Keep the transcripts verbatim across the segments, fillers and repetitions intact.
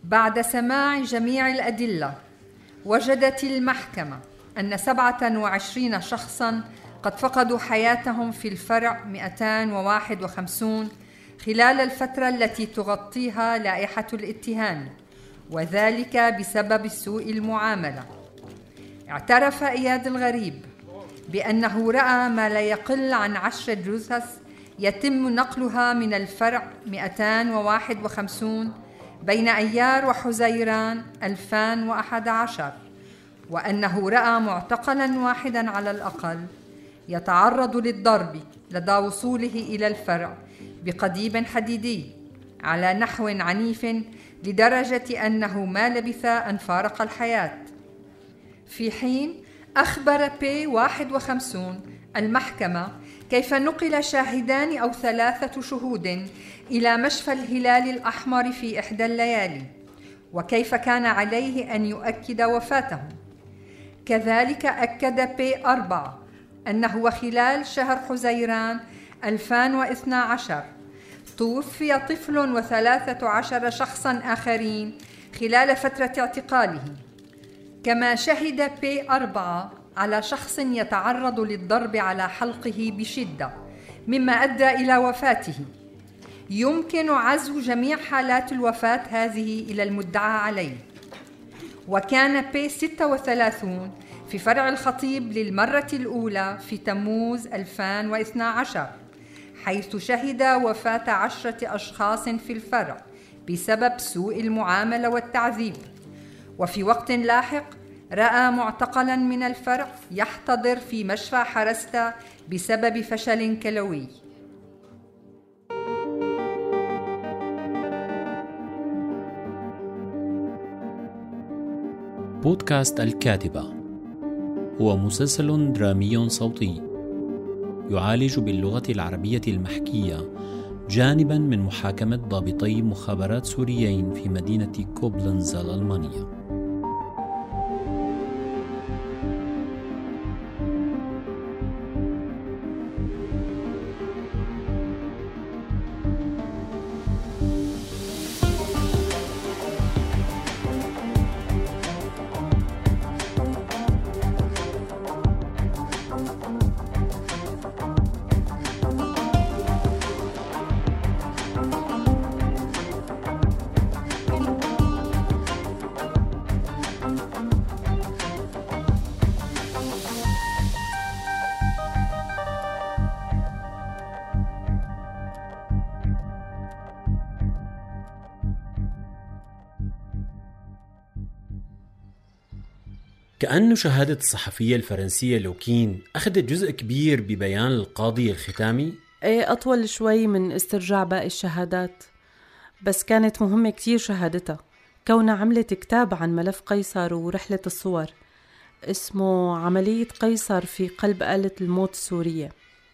بعد سماع جميع الأدلة، وجدت المحكمة أن سبعة وعشرين شخصاً قد فقدوا حياتهم في الفرع مئتين وواحد وخمسين خلال الفترة التي تغطيها لائحة الاتهام، وذلك بسبب سوء المعاملة. اعترف إياد الغريب بأنه رأى ما لا يقل عن عشر جثث يتم نقلها من الفرع مئتين وواحد وخمسين بين أيار وحزيران ألفين وأحد عشر، وأنه رأى معتقلاً واحداً على الأقل يتعرض للضرب لدى وصوله إلى الفرع بقضيب حديدي على نحو عنيف لدرجة أنه ما لبث أن فارق الحياة. في حين أخبر بي واحد وخمسين المحكمة كيف نقل شاهدان أو ثلاثة شهود إلى مشفى الهلال الأحمر في إحدى الليالي، وكيف كان عليه أن يؤكد وفاتهم. كذلك أكد بي أربعة أنه وخلال شهر حزيران ألفين واثني عشر توفي طفل وثلاثة عشر شخصاً آخرين خلال فترة اعتقاله. كما شهد بي أربعة على شخص يتعرض للضرب على حلقه بشدة مما أدى إلى وفاته. يمكن عزو جميع حالات الوفاة هذه إلى المدعى عليه. وكان بي ستة وثلاثين في فرع الخطيب للمرة الأولى في تموز ألفين واثني عشر، حيث شهد وفاة عشرة أشخاص في الفرع بسبب سوء المعاملة والتعذيب. وفي وقت لاحق رأى معتقلاً من الفرع يحتضر في مشفى حرستا بسبب فشل كلوي. بودكاست الكاتبة هو مسلسل درامي صوتي يعالج باللغة العربية المحكية جانباً من محاكمة ضابطي مخابرات سوريين في مدينة كوبلنز الألمانية. كأنه شهادة الصحفية الفرنسية لوكين أخذت جزء كبير ببيان القاضي الختامي. ايه أطول شوي من استرجاع باقي الشهادات، بس كانت مهمة كتير شهادتها، كونها عملت كتاب عن ملف قيصر ورحلة الصور اسمه عملية قيصر في قلب آلة الموت السورية،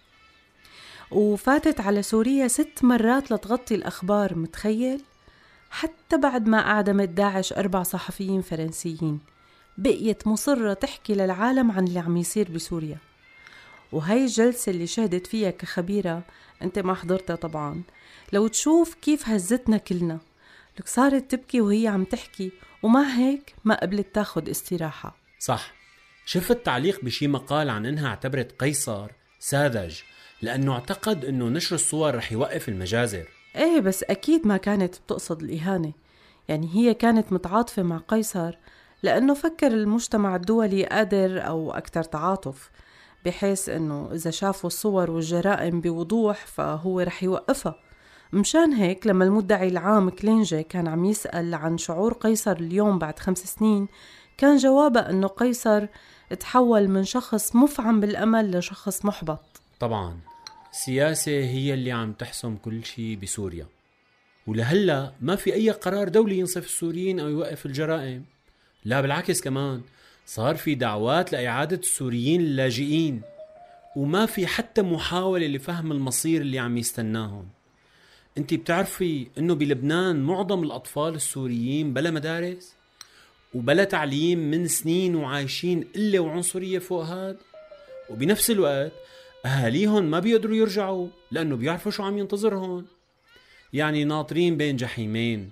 وفاتت على سوريا ست مرات لتغطي الأخبار. متخيل؟ حتى بعد ما أعدمت داعش أربع صحفيين فرنسيين بقيت مصرة تحكي للعالم عن اللي عم يصير بسوريا. وهي الجلسة اللي شهدت فيها كخبيرة، أنت ما حضرتها طبعا، لو تشوف كيف هزتنا كلنا، لك صارت تبكي وهي عم تحكي، ومع هيك ما قبلت تاخد استراحة. صح، شفت تعليق بشي مقال عن إنها اعتبرت قيصر ساذج لأنه اعتقد إنه نشر الصور رح يوقف المجازر. إيه بس أكيد ما كانت بتقصد الإهانة، يعني هي كانت متعاطفة مع قيصر لأنه فكر المجتمع الدولي قادر أو أكثر تعاطف، بحيث أنه إذا شافوا الصور والجرائم بوضوح فهو رح يوقفها. مشان هيك لما المدعي العام كلينجي كان عم يسأل عن شعور قيصر اليوم بعد خمس سنين، كان جوابه أنه قيصر تحول من شخص مفعم بالأمل لشخص محبط. طبعا السياسة هي اللي عم تحسم كل شيء بسوريا، ولهلا ما في أي قرار دولي ينصف السوريين أو يوقف الجرائم. لا بالعكس، كمان صار في دعوات لإعادة السوريين اللاجئين، وما في حتى محاولة لفهم المصير اللي عم يستناهم. انتي بتعرفي انه بلبنان معظم الأطفال السوريين بلا مدارس وبلا تعليم من سنين وعايشين إلا وعنصرية فوق هاد، وبنفس الوقت أهاليهم ما بيقدروا يرجعوا لأنه بيعرفوا شو عم ينتظرهم. يعني ناطرين بين جحيمين،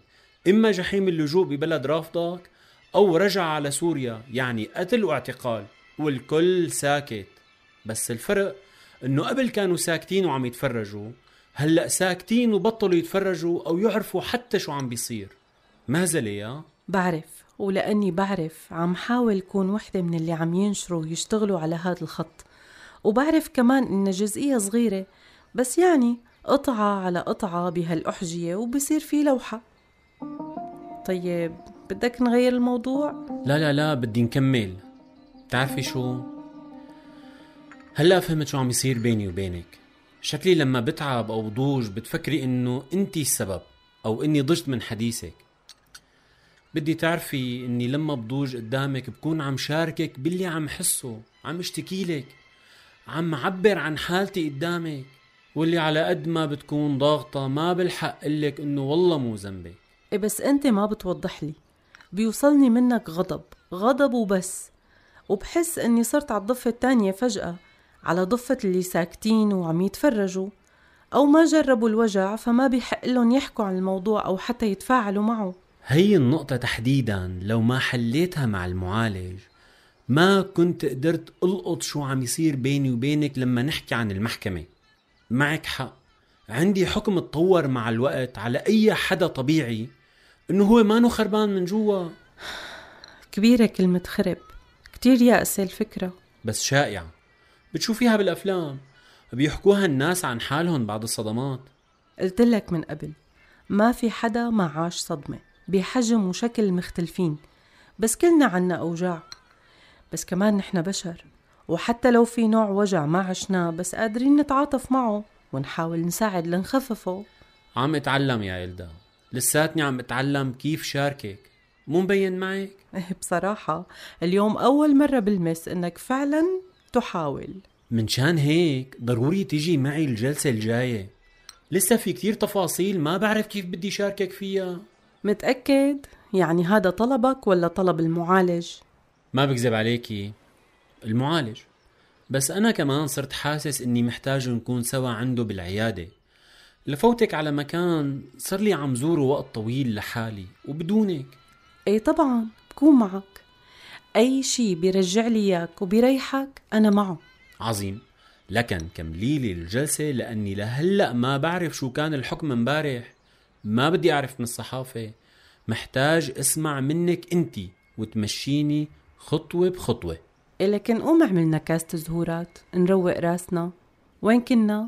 إما جحيم اللجوء ببلد رافضك أو رجع على سوريا، يعني قتل واعتقال، والكل ساكت. بس الفرق إنه قبل كانوا ساكتين وعم يتفرجوا، هلأ ساكتين وبطلوا يتفرجوا أو يعرفوا حتى شو عم بيصير. ماذا ليا؟ بعرف، ولأني بعرف عم حاول كون وحدة من اللي عم ينشروا ويشتغلوا على هذا الخط، وبعرف كمان إن جزئية صغيرة بس يعني قطعة على قطعة بهالأحجية وبصير في لوحة. طيب بدك نغير الموضوع؟ لا لا لا بدي نكمل. تعرفي شو؟ هلأ فهمت شو عم يصير بيني وبينك. شكلي لما بتعب أو بضوج بتفكري إنه أنتي السبب أو إني ضجت من حديثك. بدي تعرفي إني لما بضوج قدامك بكون عم شاركك باللي عم حسه، عم اشتكيلك، عم عبر عن حالتي قدامك، واللي على قد ما بتكون ضاغطة ما بالحق قلك إنه والله مو ذنبك. إيه بس أنت ما بتوضح لي، بيوصلني منك غضب غضب وبس، وبحس إني صرت على الضفة التانية فجأة، على ضفة اللي ساكتين وعم يتفرجوا أو ما جربوا الوجع فما بيحق لهم يحكوا عن الموضوع أو حتى يتفاعلوا معه. هي النقطة تحديدا لو ما حليتها مع المعالج ما كنت قدرت ألقط شو عم يصير بيني وبينك لما نحكي عن المحكمة. معك حق، عندي حكم تطور مع الوقت على أي حدا طبيعي إنه هو ما نو خربان من جوا. كبيرة كلمة خرب، كتير يأسة الفكرة، بس شائعة. بتشوفيها بالأفلام بيحكوها الناس عن حالهم بعد الصدمات. قلت لك من قبل ما في حدا ما عاش صدمة بحجم وشكل مختلفين، بس كلنا عنا أوجاع. بس كمان نحن بشر، وحتى لو في نوع وجع ما عشناه بس قادرين نتعاطف معه ونحاول نساعد لنخففه. عم اتعلم يا إلدا، لساتني عم اتعلم كيف شاركك، مو مبين معك؟ بصراحة اليوم أول مرة بلمس إنك فعلا تحاول. من شان هيك ضروري تيجي معي الجلسة الجاية، لسه في كتير تفاصيل ما بعرف كيف بدي شاركك فيها. متأكد؟ يعني هذا طلبك ولا طلب المعالج؟ ما بكذب عليكي، المعالج، بس أنا كمان صرت حاسس إني محتاج نكون سوا عنده بالعيادة. لفوتك على مكان صار لي عم زوره وقت طويل لحالي وبدونك. ايه طبعا بكون معك، أي شي بيرجع لي إياك وبيريحك أنا معه. عظيم، لكن كمليلي الجلسة لأني لهلأ ما بعرف شو كان الحكم امبارح. ما بدي أعرف من الصحافة، محتاج اسمع منك انتي وتمشيني خطوة بخطوة. إيه لكن قوم عملنا كاسة زهورات نروق راسنا. وين كنا؟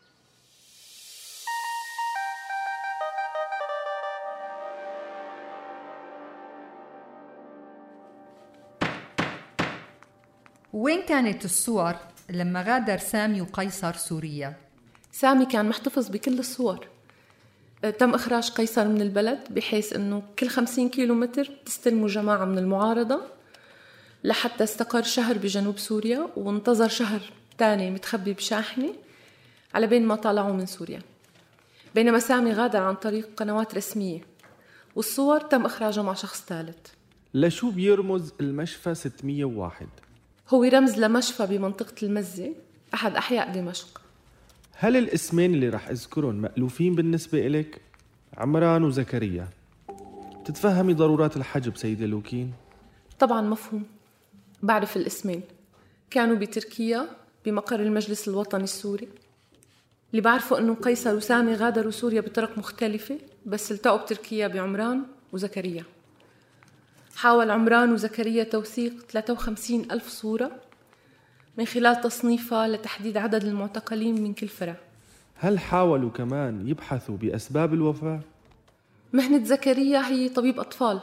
وين كانت الصور لما غادر سامي وقيصر سوريا؟ سامي كان محتفظ بكل الصور. تم إخراج قيصر من البلد بحيث أنه كل خمسين كيلو متر تستلموا جماعة من المعارضة، لحتى استقر شهر بجنوب سوريا وانتظر شهر تاني متخبي بشاحنة على بين ما طلعوا من سوريا. بينما سامي غادر عن طريق قنوات رسمية، والصور تم إخراجها مع شخص ثالث. لشو بيرمز المشفى ستمية وواحد؟ هو رمز لمشفى بمنطقة المزة، أحد أحياء دمشق. هل الاسمين اللي رح أذكرهم مألوفين بالنسبة إليك؟ عمران وزكريا. تتفهمي ضرورات الحجب سيدة لوكين؟ طبعا مفهوم، بعرف الاسمين، كانوا بتركيا بمقر المجلس الوطني السوري. اللي بعرفه أنه قيصر وسامي غادروا سوريا بطرق مختلفة، بس التقوا بتركيا بعمران وزكريا. حاول عمران وزكريا توثيق ثلاثة وخمسين ألف صورة من خلال تصنيفها لتحديد عدد المعتقلين من كل فرع. هل حاولوا كمان يبحثوا بأسباب الوفاة؟ مهنة زكريا هي طبيب أطفال،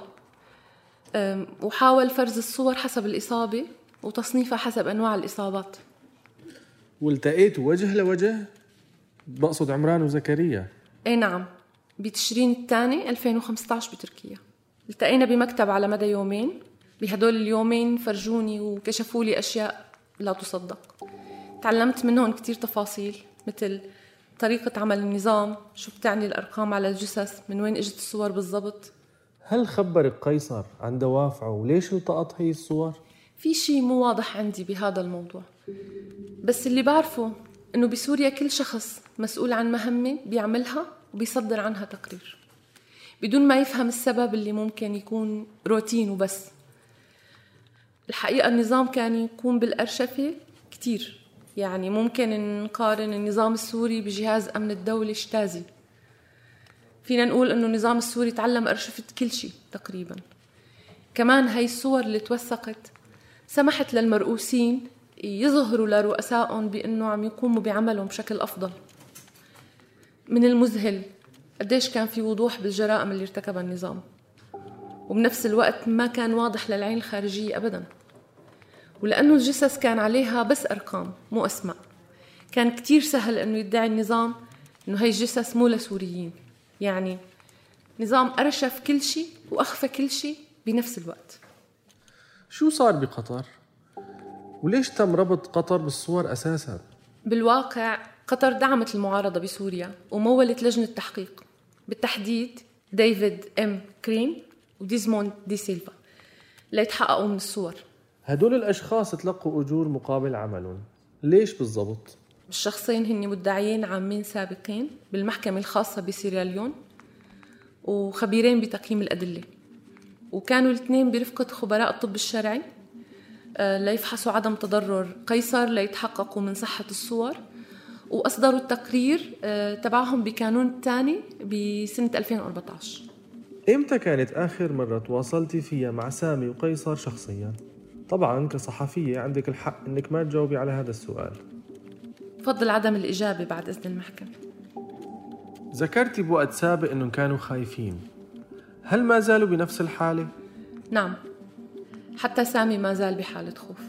وحاول فرز الصور حسب الإصابة وتصنيفها حسب أنواع الإصابات. والتقيتوا وجه لوجه؟ بقصد عمران وزكريا. اي نعم، بتشرين الثاني ألفين وخمسة عشر بتركيا. التقينا بمكتب على مدى يومين، بهدول اليومين فرجوني وكشفوا لي أشياء لا تصدق. تعلمت منهم كتير تفاصيل، مثل طريقة عمل النظام، شو بتعني الأرقام على الجثث، من وين اجت الصور بالضبط. هل خبرك قيصر عن دوافعه وليش التقط هي الصور؟ في شيء مو واضح عندي بهذا الموضوع، بس اللي بعرفه إنه بسوريا كل شخص مسؤول عن مهمة بيعملها وبيصدر عنها تقرير. بدون ما يفهم السبب اللي ممكن يكون روتين وبس. الحقيقة النظام كان يكون بالأرشفة كتير، يعني ممكن نقارن النظام السوري بجهاز أمن الدولة شتازي. فينا نقول أنه النظام السوري تعلم أرشفة كل شيء تقريبا. كمان هاي الصور اللي توثقت سمحت للمرؤوسين يظهروا لرؤسائهم بأنه عم يقوموا بعملهم بشكل أفضل. من المذهل قديش كان في وضوح بالجرائم اللي ارتكبها النظام، وبنفس الوقت ما كان واضح للعين الخارجية أبدا. ولأنه الجثث كان عليها بس أرقام مو أسماء، كان كتير سهل أنه يدعي النظام أنه هاي الجثث مو لسوريين. يعني نظام أرشف كل شيء وأخفى كل شيء بنفس الوقت. شو صار بقطر؟ وليش تم ربط قطر بالصور أساساً؟ بالواقع قطر دعمت المعارضة بسوريا ومولت لجنة تحقيق، بالتحديد ديفيد إم كرين وديزموند دي سيلفا، ليتحققوا من الصور. هدول الأشخاص تلقوا أجور مقابل عملهم، ليش بالضبط؟ الشخصين هن مدعيين عامين سابقين بالمحكمة الخاصة بسيراليون وخبيرين بتقييم الأدلة، وكانوا الاثنين برفقة خبراء الطب الشرعي ليفحصوا عدم تضرر قيصر ليتحققوا من صحة الصور، وأصدروا التقرير تبعهم بكانون الثاني بسنة ألفين وأربعة عشر. إمتى كانت آخر مرة تواصلتي فيها مع سامي وقيصر شخصياً؟ طبعاً كصحفية عندك الحق إنك ما تجاوبي على هذا السؤال. فضل عدم الإجابة بعد إذن المحكمة. ذكرتي بوقت سابق إنهم كانوا خايفين، هل ما زالوا بنفس الحالة؟ نعم، حتى سامي ما زال بحالة خوف.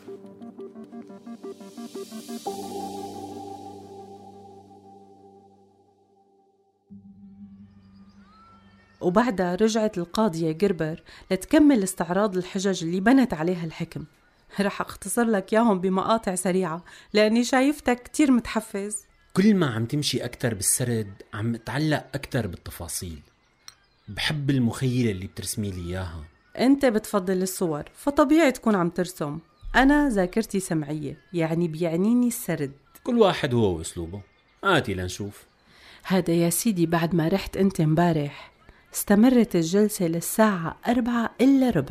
وبعدها رجعت القاضية جربر لتكمل استعراض الحجج اللي بنت عليها الحكم. رح أختصر لك ياهم بمقاطع سريعة لأني شايفتك كتير متحفز. كل ما عم تمشي أكتر بالسرد عم تعلق أكتر بالتفاصيل. بحب المخيلة اللي بترسمي لي إياها. أنت بتفضل الصور فطبيعي تكون عم ترسم. أنا ذاكرتي سمعية، يعني بيعنيني السرد. كل واحد هو وأسلوبه. آتي لنشوف. هذا يا سيدي بعد ما رحت أنت مبارح. استمرت الجلسة للساعة أربعة إلا ربع.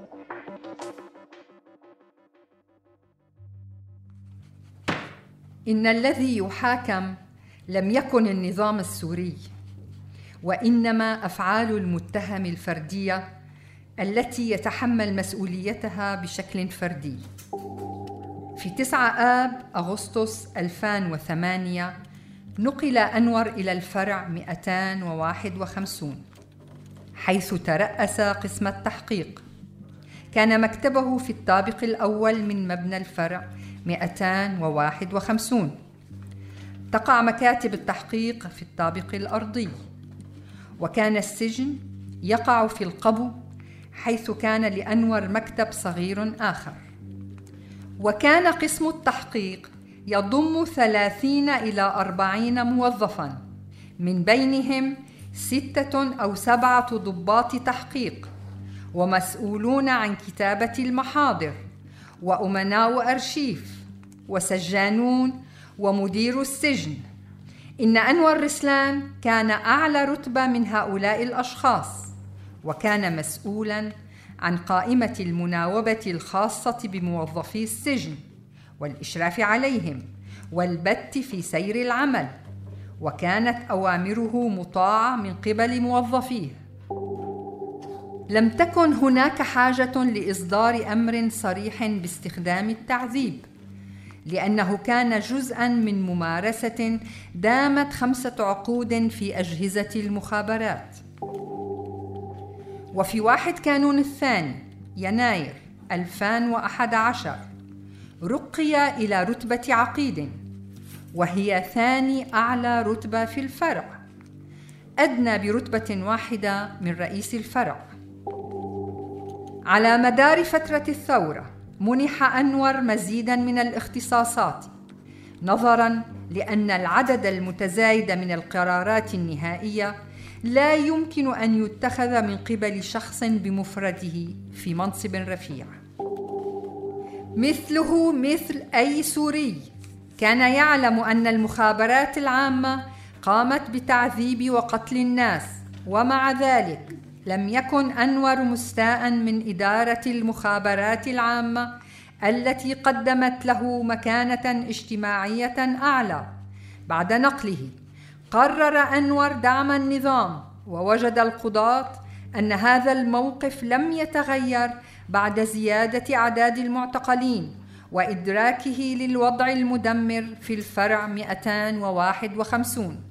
إن الذي يحاكم لم يكن النظام السوري، وإنما أفعال المتهم الفردية التي يتحمل مسؤوليتها بشكل فردي. في تسعة آب أغسطس ألفين وثمانية نقل أنور إلى الفرع مئتين وواحد وخمسين حيث ترأس قسم التحقيق. كان مكتبه في الطابق الأول من مبنى الفرع مئتين وواحد وخمسين. تقع مكاتب التحقيق في الطابق الأرضي، وكان السجن يقع في القبو حيث كان لأنور مكتب صغير آخر. وكان قسم التحقيق يضم ثلاثين إلى أربعين موظفاً، من بينهم ستة أو سبعة ضباط تحقيق ومسؤولون عن كتابة المحاضر وأمناء أرشيف وسجانون ومدير السجن. إن أنور رسلان كان أعلى رتبة من هؤلاء الأشخاص، وكان مسؤولاً عن قائمة المناوبة الخاصة بموظفي السجن والإشراف عليهم والبت في سير العمل، وكانت أوامره مطاعة من قبل موظفيه. لم تكن هناك حاجة لإصدار أمر صريح باستخدام التعذيب، لأنه كان جزءاً من ممارسة دامت خمسة عقود في أجهزة المخابرات. وفي واحد كانون الثاني يناير ألفين وأحد عشر رقي إلى رتبة عقيد، وهي ثاني أعلى رتبة في الفرع، أدنى برتبة واحدة من رئيس الفرع. على مدار فترة الثورة منح أنور مزيداً من الاختصاصات، نظراً لأن العدد المتزايد من القرارات النهائية لا يمكن أن يتخذ من قبل شخص بمفرده في منصب رفيع. مثله مثل أي سوري كان يعلم أن المخابرات العامة قامت بتعذيب وقتل الناس ومع ذلك لم يكن أنور مستاء من إدارة المخابرات العامة التي قدمت له مكانة اجتماعية أعلى. بعد نقله قرر أنور دعم النظام، ووجد القضاة أن هذا الموقف لم يتغير بعد زيادة أعداد المعتقلين وإدراكه للوضع المدمر في الفرع مئتين وواحد وخمسين.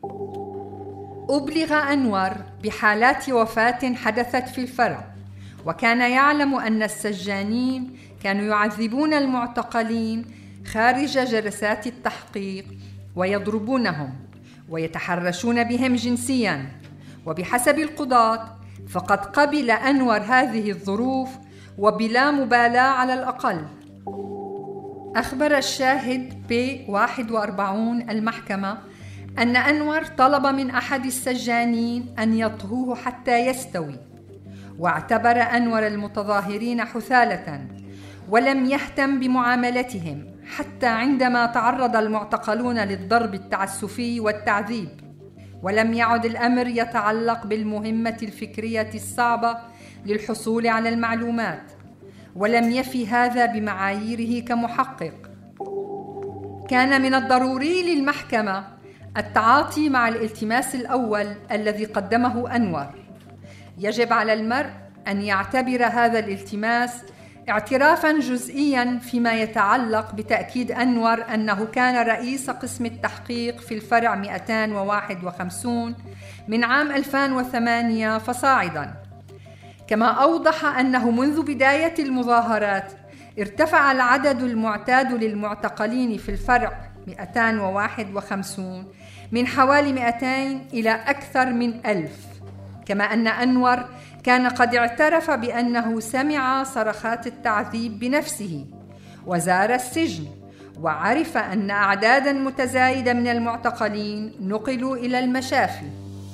أبلغ أنور بحالات وفاة حدثت في الفرع، وكان يعلم أن السجانين كانوا يعذبون المعتقلين خارج جلسات التحقيق ويضربونهم ويتحرشون بهم جنسياً. وبحسب القضاة فقد قبل أنور هذه الظروف وبلا مبالاة على الأقل. أخبر الشاهد بي واحد وأربعين المحكمة أن أنور طلب من أحد السجانين أن يطهوه حتى يستوي، واعتبر أنور المتظاهرين حثالة ولم يهتم بمعاملتهم حتى عندما تعرض المعتقلون للضرب التعسفي والتعذيب. ولم يعد الأمر يتعلق بالمهمة الفكرية الصعبة للحصول على المعلومات، ولم يفي هذا بمعاييره كمحقق. كان من الضروري للمحكمة التعاطي مع الالتماس الأول الذي قدمه أنور. يجب على المرء أن يعتبر هذا الالتماس اعترافاً جزئياً فيما يتعلق بتأكيد أنور أنه كان رئيس قسم التحقيق في الفرع مئتين وواحد وخمسين من عام ألفين وثمانية فصاعداً، كما أوضح أنه منذ بداية المظاهرات ارتفع العدد المعتاد للمعتقلين في الفرع مئتين وواحد وخمسين من حوالي مئتين إلى أكثر من ألف. كما أن أنور كان قد اعترف بأنه سمع صرخات التعذيب بنفسه وزار السجن، وعرف أن أعداداً متزايدة من المعتقلين نقلوا إلى المشافي.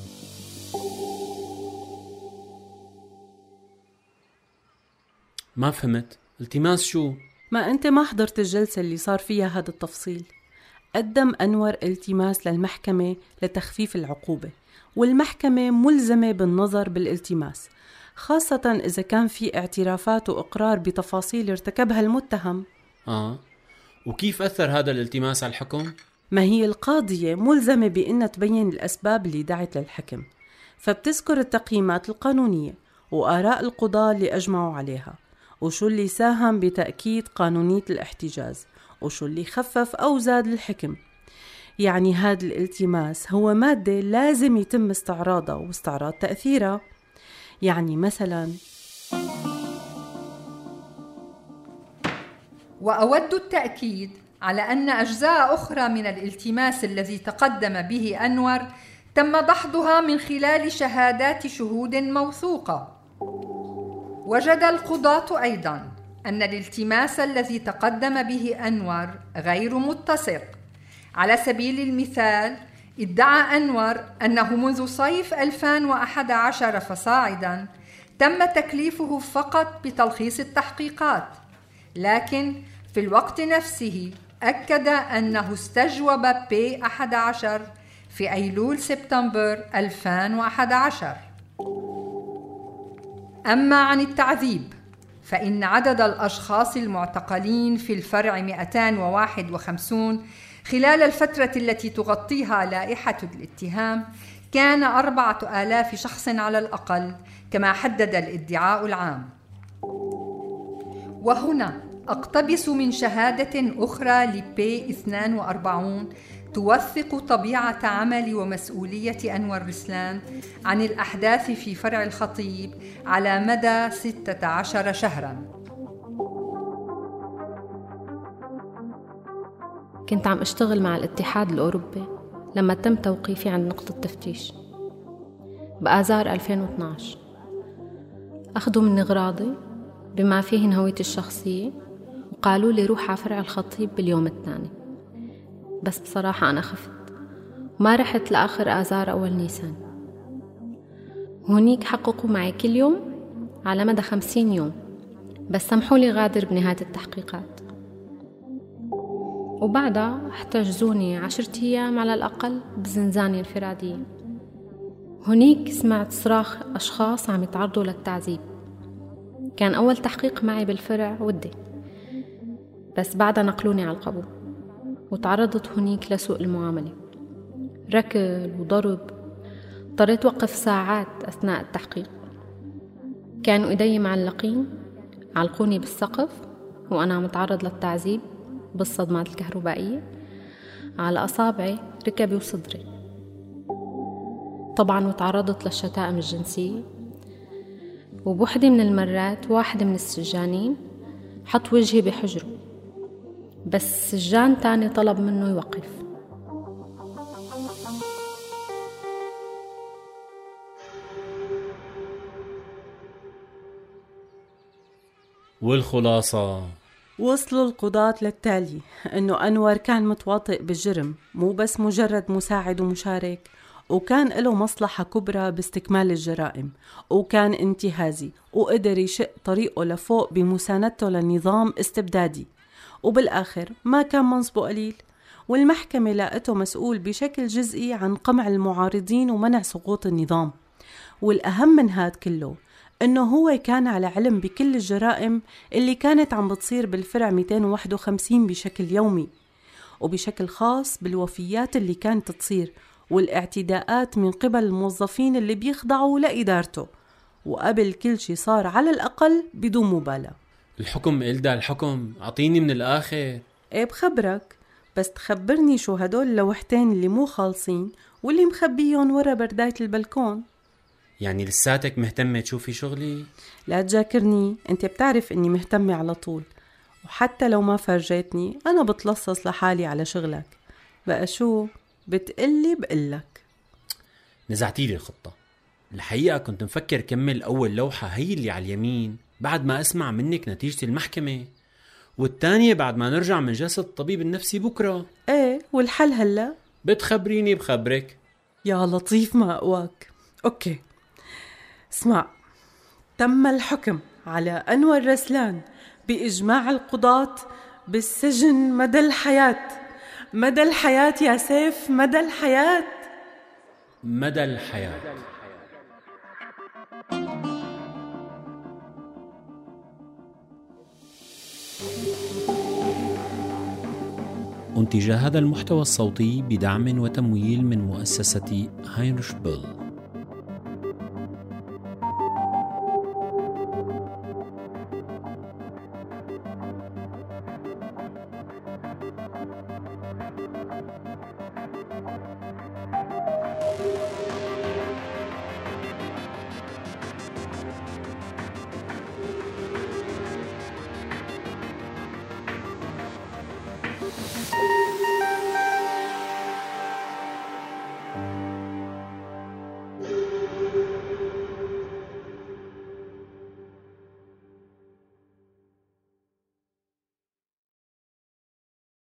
ما فهمت، التماس شو؟ ما أنت ما حضرت الجلسة اللي صار فيها هذا التفصيل. قدم أنور التماس للمحكمة لتخفيف العقوبة، والمحكمة ملزمة بالنظر بالالتماس، خاصة إذا كان في اعترافات وإقرار بتفاصيل ارتكبها المتهم. آه، وكيف أثر هذا الالتماس على الحكم؟ ما هي القاضية ملزمة بأنها تبين الأسباب اللي دعت للحكم، فبتذكر التقييمات القانونية وآراء القضاة اللي أجمعوا عليها، وشو اللي ساهم بتأكيد قانونية الاحتجاز، وشو اللي خفف أو زاد الحكم. يعني هذا الالتماس هو مادة لازم يتم استعراضها واستعراض تأثيرها. يعني مثلا: وأود التأكيد على أن أجزاء أخرى من الالتماس الذي تقدم به أنور تم دحضها من خلال شهادات شهود موثوقة. وجد القضاة أيضاً أن الالتماس الذي تقدم به أنور غير متسق. على سبيل المثال، ادعى أنور أنه منذ صيف ألفين وأحد عشر فصاعداً تم تكليفه فقط بتلخيص التحقيقات، لكن في الوقت نفسه أكد أنه استجوب بي أحد عشر في أيلول سبتمبر ألفين وأحد عشر. أما عن التعذيب، فإن عدد الأشخاص المعتقلين في الفرع مئتين وواحد وخمسين خلال الفترة التي تغطيها لائحة الاتهام كان أربعة آلاف شخص على الأقل، كما حدد الادعاء العام. وهنا أقتبس من شهادة أخرى لبي اثنين وأربعين توثق طبيعة عمل ومسؤولية أنور رسلان عن الأحداث في فرع الخطيب على مدى ستة عشر شهراً. كنت عم أشتغل مع الاتحاد الأوروبي لما تم توقيفي عند نقطة تفتيش بآذار ألفين واثناشر. أخذوا مني أغراضي بما فيهن هويتي الشخصية، وقالوا لي روح على فرع الخطيب باليوم الثاني. بس بصراحة أنا خفت ما رحت لآخر آذار أول نيسان. هونيك حققوا معي كل يوم على مدى خمسين يوم، بس سمحوا لي غادر بنهاية التحقيقات، وبعدها احتجزوني عشرة أيام على الأقل بزنزانة انفرادية. هنيك سمعت صراخ أشخاص عم يتعرضوا للتعذيب. كان أول تحقيق معي بالفرع ودي، بس بعدها نقلوني على القبو، وتعرضت هنيك لسوء المعاملة، ركل وضرب. اضطريت وقف ساعات أثناء التحقيق. كانوا إيدي معلقين، علقوني بالسقف وأنا عم أتعرض للتعذيب بالصدمات الكهربائية على أصابعي، ركبي وصدري. طبعا وتعرضت للشتائم الجنسية، وبوحدة من المرات واحد من السجانين حط وجهي بحجره، بس سجان تاني طلب منه يوقف. والخلاصة وصلوا القضاة للتالي: أنه أنور كان متواطئ بالجرم، مو بس مجرد مساعد ومشارك، وكان له مصلحة كبرى باستكمال الجرائم، وكان انتهازي وقدر يشق طريقه لفوق بمساندته لنظام استبدادي، وبالآخر ما كان منصبه قليل، والمحكمة لاقته مسؤول بشكل جزئي عن قمع المعارضين ومنع سقوط النظام. والأهم من هاد كله إنه هو كان على علم بكل الجرائم اللي كانت عم بتصير بالفرع مئتين وواحد وخمسين بشكل يومي، وبشكل خاص بالوفيات اللي كانت تصير والاعتداءات من قبل الموظفين اللي بيخضعوا لإدارته، وقبل كل شي صار على الأقل بدون مبالاة. الحكم إلدا، الحكم أعطيني من الآخر. إيه بخبرك، بس تخبرني شو هدول اللوحتين اللي مو خالصين واللي مخبيهم ورا برداية البلكون؟ يعني لساتك مهتمة تشوفي شغلي؟ لا تجاكرني، انت بتعرف اني مهتمة على طول، وحتى لو ما فرجيتني أنا بتلصص لحالي على شغلك. بقى شو بتقلي بقلك؟ نزعتيلي الخطة. الحقيقة كنت مفكر كمل أول لوحة هي اللي على اليمين بعد ما أسمع منك نتيجة المحكمة، والتانية بعد ما نرجع من جلسة الطبيب النفسي بكرة. ايه، والحل هلا؟ بتخبريني بخبرك. يا لطيف ما أقواك. أوكي، اسمع، تم الحكم على أنور رسلان بإجماع القضاة بالسجن مدى الحياة. مدى الحياة يا سيف، مدى الحياة، مدى الحياة. أنتج هذا المحتوى الصوتي بدعم وتمويل من مؤسسة هاينريش بول.